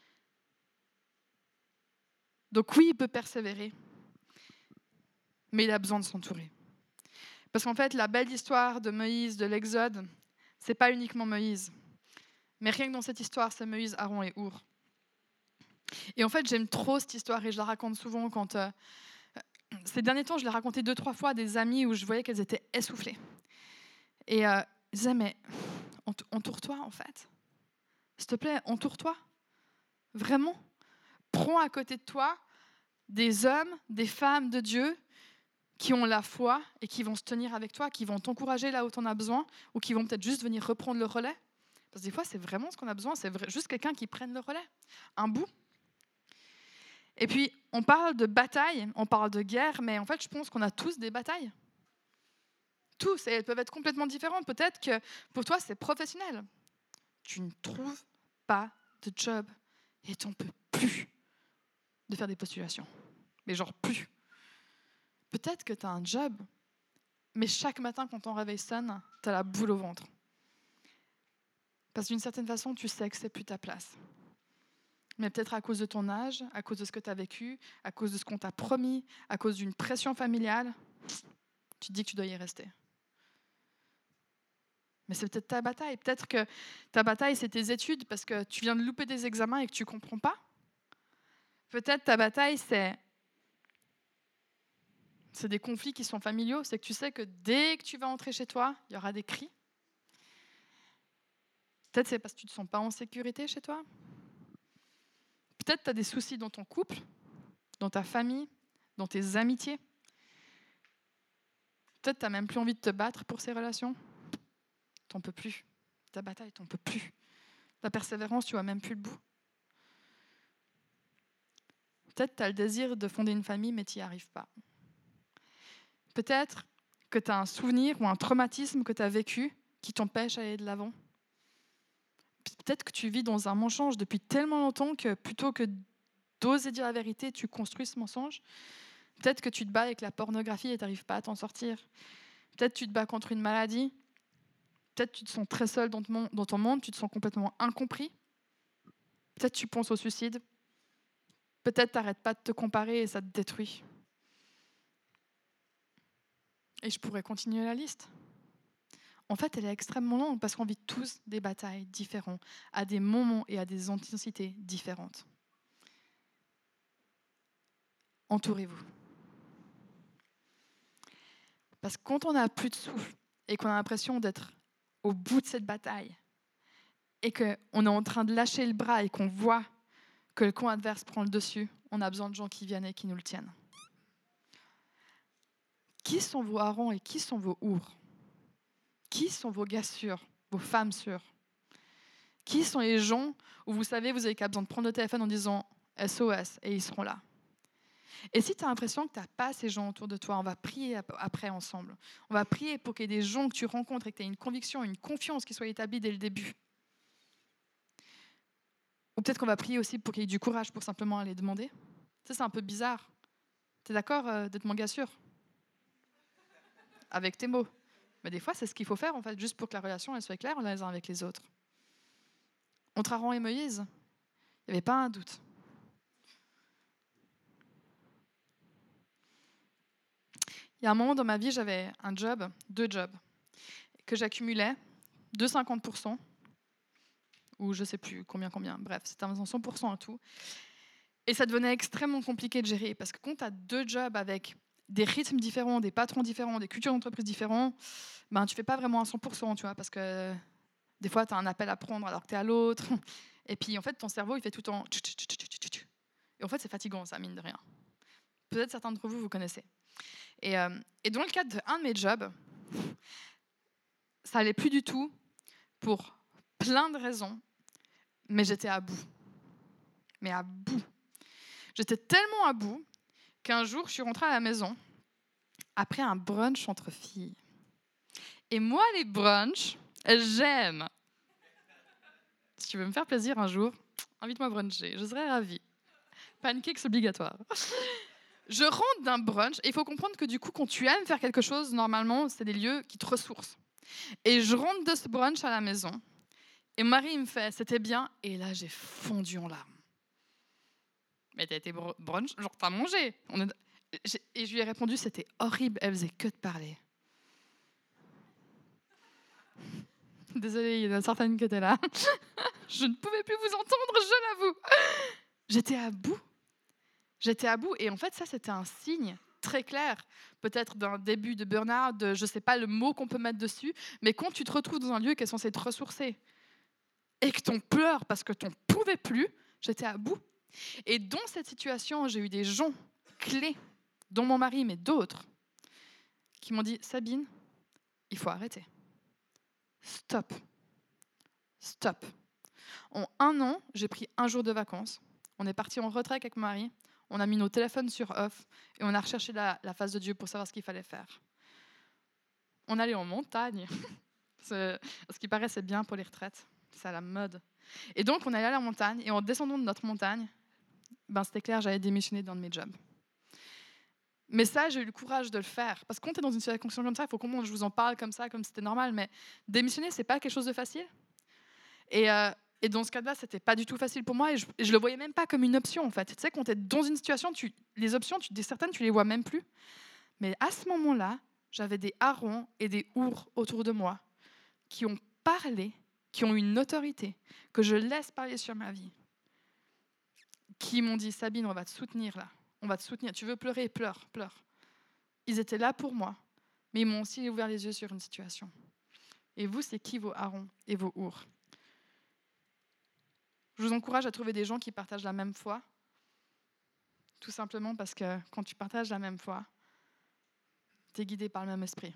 Donc oui, il peut persévérer, mais il a besoin de s'entourer. Parce qu'en fait, la belle histoire de Moïse, de l'Exode, c'est pas uniquement Moïse. Mais rien que dans cette histoire, c'est Moïse, Aaron et Hour. Et en fait, j'aime trop cette histoire et je la raconte souvent quand... ces derniers temps, je l'ai raconté 2-3 fois à des amis où je voyais qu'elles étaient essoufflées. Et je disais, mais entoure-toi en fait. S'il te plaît, entoure-toi. Vraiment. Prends à côté de toi des hommes, des femmes de Dieu qui ont la foi et qui vont se tenir avec toi, qui vont t'encourager là où tu en as besoin ou qui vont peut-être juste venir reprendre le relais. Parce que des fois, c'est vraiment ce qu'on a besoin, c'est juste quelqu'un qui prenne le relais, un bout. Et puis, on parle de bataille, on parle de guerre, mais en fait, je pense qu'on a tous des batailles. Tous, et elles peuvent être complètement différentes. Peut-être que pour toi, c'est professionnel. Tu ne trouves pas de job et tu n'en peux plus de faire des postulations. Mais genre plus. Peut-être que tu as un job, mais chaque matin, quand ton réveil sonne, tu as la boule au ventre. Parce que d'une certaine façon, tu sais que c'est plus ta place. mais peut-être à cause de ton âge, à cause de ce que tu as vécu, à cause de ce qu'on t'a promis, à cause d'une pression familiale, tu te dis que tu dois y rester. Mais c'est peut-être ta bataille. Peut-être que ta bataille, c'est tes études parce que tu viens de louper des examens et que tu ne comprends pas. Peut-être ta bataille, c'est des conflits qui sont familiaux. C'est que tu sais que dès que tu vas entrer chez toi, il y aura des cris. Peut-être c'est parce que tu ne te sens pas en sécurité chez toi. Peut-être tu as des soucis dans ton couple, dans ta famille, dans tes amitiés. Peut-être tu n'as même plus envie de te battre pour ces relations. T'en peux plus. Ta bataille, t'en peux plus. La persévérance, tu vois même plus le bout. Peut-être tu as le désir de fonder une famille, mais tu n'y arrives pas. Peut-être que tu as un souvenir ou un traumatisme que tu as vécu qui t'empêche d'aller de l'avant. Peut-être que tu vis dans un mensonge depuis tellement longtemps que plutôt que d'oser dire la vérité, tu construis ce mensonge. Peut-être que tu te bats avec la pornographie et tu n'arrives pas à t'en sortir. Peut-être que tu te bats contre une maladie. Peut-être que tu te sens très seul dans ton monde, tu te sens complètement incompris. Peut-être que tu penses au suicide. Peut-être que tu n'arrêtes pas de te comparer et ça te détruit. Et je pourrais continuer la liste. En fait, elle est extrêmement longue parce qu'on vit tous des batailles différentes, à des moments et à des intensités différentes. Entourez-vous. Parce que quand on n'a plus de souffle et qu'on a l'impression d'être au bout de cette bataille et qu'on est en train de lâcher le bras et qu'on voit que le camp adverse prend le dessus, on a besoin de gens qui viennent et qui nous le tiennent. Qui sont vos Aaron et qui sont vos Our? Qui sont vos gars sûrs, vos femmes sûres? Qui sont les gens où vous savez, vous avez qu'à besoin de prendre le téléphone en disant SOS et ils seront là? Et si tu as l'impression que tu n'as pas ces gens autour de toi, on va prier après ensemble. On va prier pour qu'il y ait des gens que tu rencontres et que tu aies une conviction, une confiance qui soit établie dès le début. Ou peut-être qu'on va prier aussi pour qu'il y ait du courage pour simplement aller demander. Ça, c'est un peu bizarre. Tu es d'accord d'être mon gars sûr? Avec tes mots. Mais des fois, c'est ce qu'il faut faire, en fait, juste pour que la relation elle soit claire les uns avec les autres. Entre Aaron et Moïse, il n'y avait pas un doute. Il y a un moment dans ma vie, j'avais deux jobs, que j'accumulais de 50%, ou je ne sais plus combien, bref, c'était un 100% en tout. Et ça devenait extrêmement compliqué de gérer, parce que quand tu as deux jobs avec des rythmes différents, des patrons différents, des cultures d'entreprise différentes, ben, tu ne fais pas vraiment un 100%, tu vois, parce que des fois, tu as un appel à prendre alors que tu es à l'autre. Et puis, en fait, ton cerveau, il fait tout le temps... Et en fait, c'est fatigant, ça, mine de rien. Peut-être certains d'entre vous connaissez. Et dans le cadre d'un de mes jobs, ça allait plus du tout pour plein de raisons, mais j'étais à bout. Mais à bout. J'étais tellement à bout qu'un jour, je suis rentrée à la maison après un brunch entre filles. Et moi, les brunchs, j'aime. Si tu veux me faire plaisir un jour, invite-moi bruncher, je serais ravie. Pancakes obligatoire. Je rentre d'un brunch et il faut comprendre que du coup, quand tu aimes faire quelque chose, normalement, c'est des lieux qui te ressourcent. Et je rentre de ce brunch à la maison et Marie il me fait « c'était bien ?» et là, j'ai fondu en larmes. Mais t'as été brunch, genre t'as mangé. Et je lui ai répondu « c'était horrible, elle faisait que de parler. » Désolée, il y en a certaines qui étaient là. Je ne pouvais plus vous entendre, je l'avoue. J'étais à bout. Et en fait, ça, c'était un signe très clair, peut-être d'un début de burn-out, je ne sais pas le mot qu'on peut mettre dessus, mais quand tu te retrouves dans un lieu qui est censé te ressourcer et que t'en pleures parce que t'en pouvais plus, j'étais à bout. Et dans cette situation, j'ai eu des gens clés, dont mon mari, mais d'autres, qui m'ont dit « Sabine, il faut arrêter. Stop. Stop. » En 1 an, j'ai pris 1 jour de vacances. On est parti en retrait avec mon mari. On a mis nos téléphones sur off et on a recherché la face de Dieu pour savoir ce qu'il fallait faire. On allait en montagne. Ce qui paraît, c'est bien pour les retraites. C'est à la mode. Et donc, on allait à la montagne et en descendant de notre montagne, c'était clair, j'allais démissionner d'un de mes jobs. Mais ça, j'ai eu le courage de le faire. Parce que quand tu es dans une situation comme ça, il faut que je vous en parle comme ça, comme si c'était normal. Mais démissionner, ce n'est pas quelque chose de facile. Et Et dans ce cas-là, c'était pas du tout facile pour moi et je le voyais même pas comme une option en fait. Tu sais, quand tu es dans une situation, les options, certaines, tu les vois même plus. Mais à ce moment-là, j'avais des Aaron et des Our autour de moi qui ont parlé, qui ont une autorité, que je laisse parler sur ma vie, qui m'ont dit « Sabine, on va te soutenir là, on va te soutenir, tu veux pleurer, pleure, pleure ». Ils étaient là pour moi, mais ils m'ont aussi ouvert les yeux sur une situation. Et vous, c'est qui vos Aaron et vos Our ? Je vous encourage à trouver des gens qui partagent la même foi, tout simplement parce que quand tu partages la même foi, tu es guidé par le même esprit.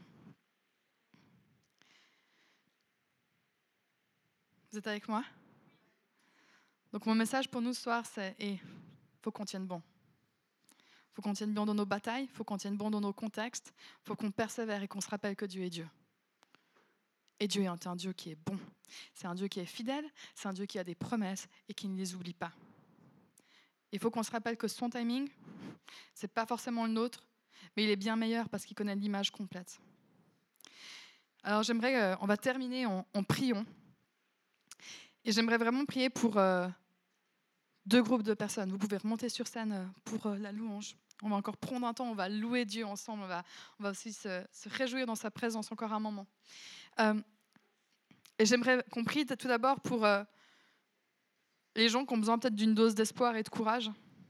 Vous êtes avec moi ? Donc mon message pour nous ce soir, c'est faut qu'on tienne bon. Il faut qu'on tienne bon dans nos batailles, il faut qu'on tienne bon dans nos contextes, il faut qu'on persévère et qu'on se rappelle que Dieu est Dieu. Et Dieu est un Dieu qui est bon. C'est un Dieu qui est fidèle, c'est un Dieu qui a des promesses et qui ne les oublie pas. Il faut qu'on se rappelle que son timing, ce n'est pas forcément le nôtre, mais il est bien meilleur parce qu'il connaît l'image complète. Alors on va terminer en priant. Et j'aimerais vraiment prier pour 2 groupes de personnes. Vous pouvez remonter sur scène pour la louange. On va encore prendre un temps, on va louer Dieu ensemble, on va aussi se réjouir dans sa présence encore un moment. Et j'aimerais qu'on prie tout d'abord pour les gens qui ont besoin peut-être d'une dose d'espoir et de courage.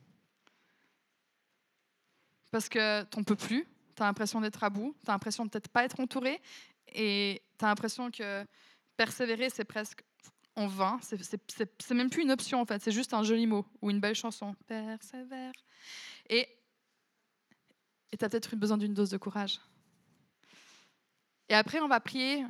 Parce que tu n'en peux plus, tu as l'impression d'être à bout, tu as l'impression de peut-être pas être entouré, et tu as l'impression que persévérer, c'est presque en vain. C'est même plus une option, en fait, c'est juste un joli mot ou une belle chanson. Persévère. Et tu as peut-être besoin d'une dose de courage. Et après, on va prier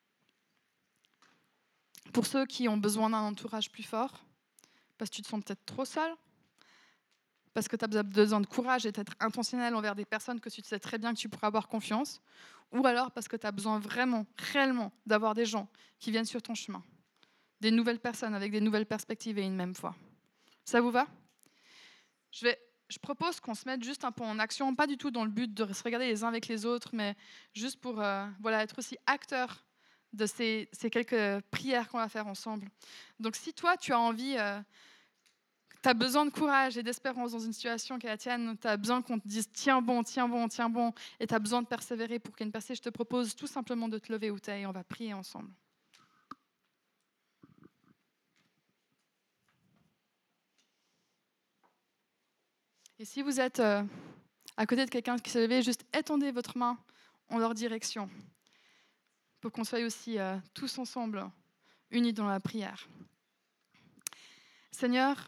pour ceux qui ont besoin d'un entourage plus fort, parce que tu te sens peut-être trop seul, parce que tu as besoin de courage et d'être intentionnel envers des personnes que tu sais très bien que tu pourras avoir confiance, ou alors parce que tu as besoin vraiment, réellement, d'avoir des gens qui viennent sur ton chemin, des nouvelles personnes avec des nouvelles perspectives et une même foi. Ça vous va ? Je propose qu'on se mette juste un peu en action, pas du tout dans le but de se regarder les uns avec les autres, mais juste pour être aussi acteur de ces quelques prières qu'on va faire ensemble. Donc si toi, tu as envie, tu as besoin de courage et d'espérance dans une situation qui est la tienne, tu as besoin qu'on te dise « tiens bon », et tu as besoin de persévérer pour qu'il y ait une percée, je te propose tout simplement de te lever où tu es et on va prier ensemble. Et si vous êtes à côté de quelqu'un qui s'est levé, juste étendez votre main en leur direction pour qu'on soit aussi tous ensemble unis dans la prière. Seigneur,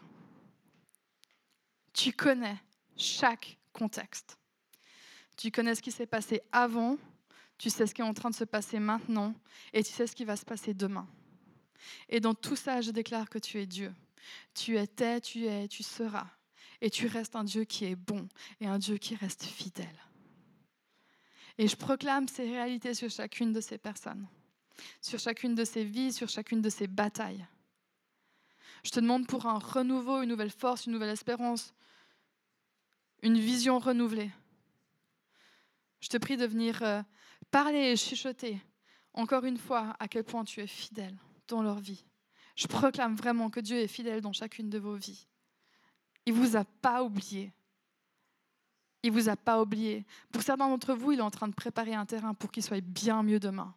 tu connais chaque contexte. Tu connais ce qui s'est passé avant, tu sais ce qui est en train de se passer maintenant et tu sais ce qui va se passer demain. Et dans tout ça, je déclare que tu es Dieu. Tu étais, tu es, tu seras. Et tu restes un Dieu qui est bon et un Dieu qui reste fidèle. Et je proclame ces réalités sur chacune de ces personnes, sur chacune de ces vies, sur chacune de ces batailles. Je te demande pour un renouveau, une nouvelle force, une nouvelle espérance, une vision renouvelée. Je te prie de venir parler et chuchoter encore une fois à quel point tu es fidèle dans leur vie. Je proclame vraiment que Dieu est fidèle dans chacune de vos vies. Il ne vous a pas oublié. Il ne vous a pas oublié. Pour certains d'entre vous, il est en train de préparer un terrain pour qu'il soit bien mieux demain.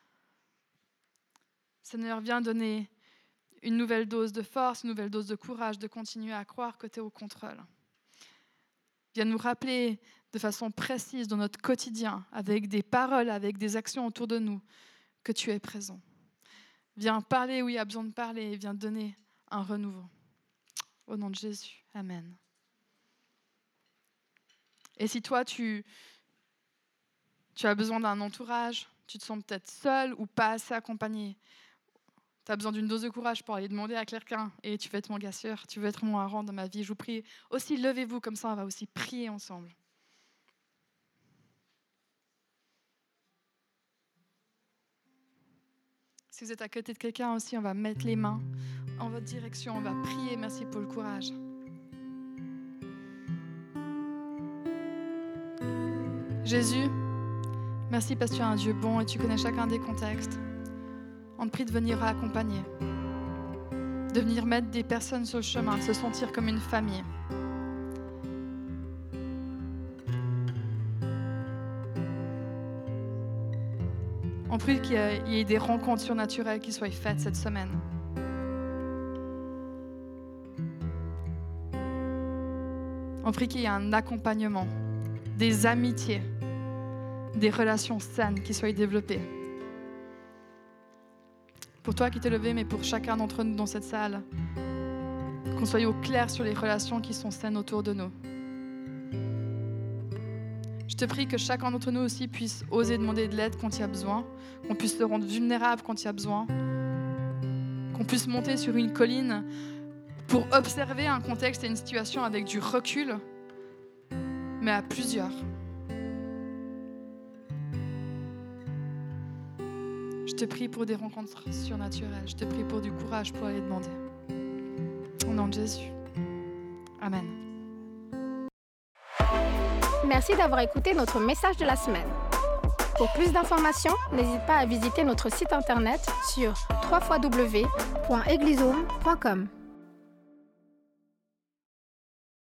Seigneur, viens donner une nouvelle dose de force, une nouvelle dose de courage, de continuer à croire que tu es au contrôle. Viens nous rappeler de façon précise dans notre quotidien, avec des paroles, avec des actions autour de nous, que tu es présent. Viens parler où il y a besoin de parler et viens donner un renouveau. Au nom de Jésus, amen. Et si toi, tu as besoin d'un entourage, tu te sens peut-être seul ou pas assez accompagné, tu as besoin d'une dose de courage pour aller demander à quelqu'un et tu veux être mon gars sûr, tu veux être mon Aaron dans ma vie, je vous prie aussi, levez-vous comme ça, on va aussi prier ensemble. Si vous êtes à côté de quelqu'un aussi, on va mettre les mains en votre direction, on va prier, merci pour le courage. Jésus, merci parce que tu es un Dieu bon et tu connais chacun des contextes. On te prie de venir accompagner. de venir mettre des personnes sur le chemin, de se sentir comme une famille. On prie qu'il y ait des rencontres surnaturelles qui soient faites cette semaine. On prie qu'il y ait un accompagnement, des amitiés, des relations saines qui soient développées. Pour toi qui t'es levé, mais pour chacun d'entre nous dans cette salle, qu'on soit au clair sur les relations qui sont saines autour de nous. Je te prie que chacun d'entre nous aussi puisse oser demander de l'aide quand il y a besoin, qu'on puisse se rendre vulnérable quand il y a besoin, qu'on puisse monter sur une colline pour observer un contexte et une situation avec du recul, mais à plusieurs. Je te prie pour des rencontres surnaturelles. Je te prie pour du courage pour aller demander. Au nom de Jésus. Amen. Merci d'avoir écouté notre message de la semaine. Pour plus d'informations, n'hésite pas à visiter notre site internet sur www.eglishome.com.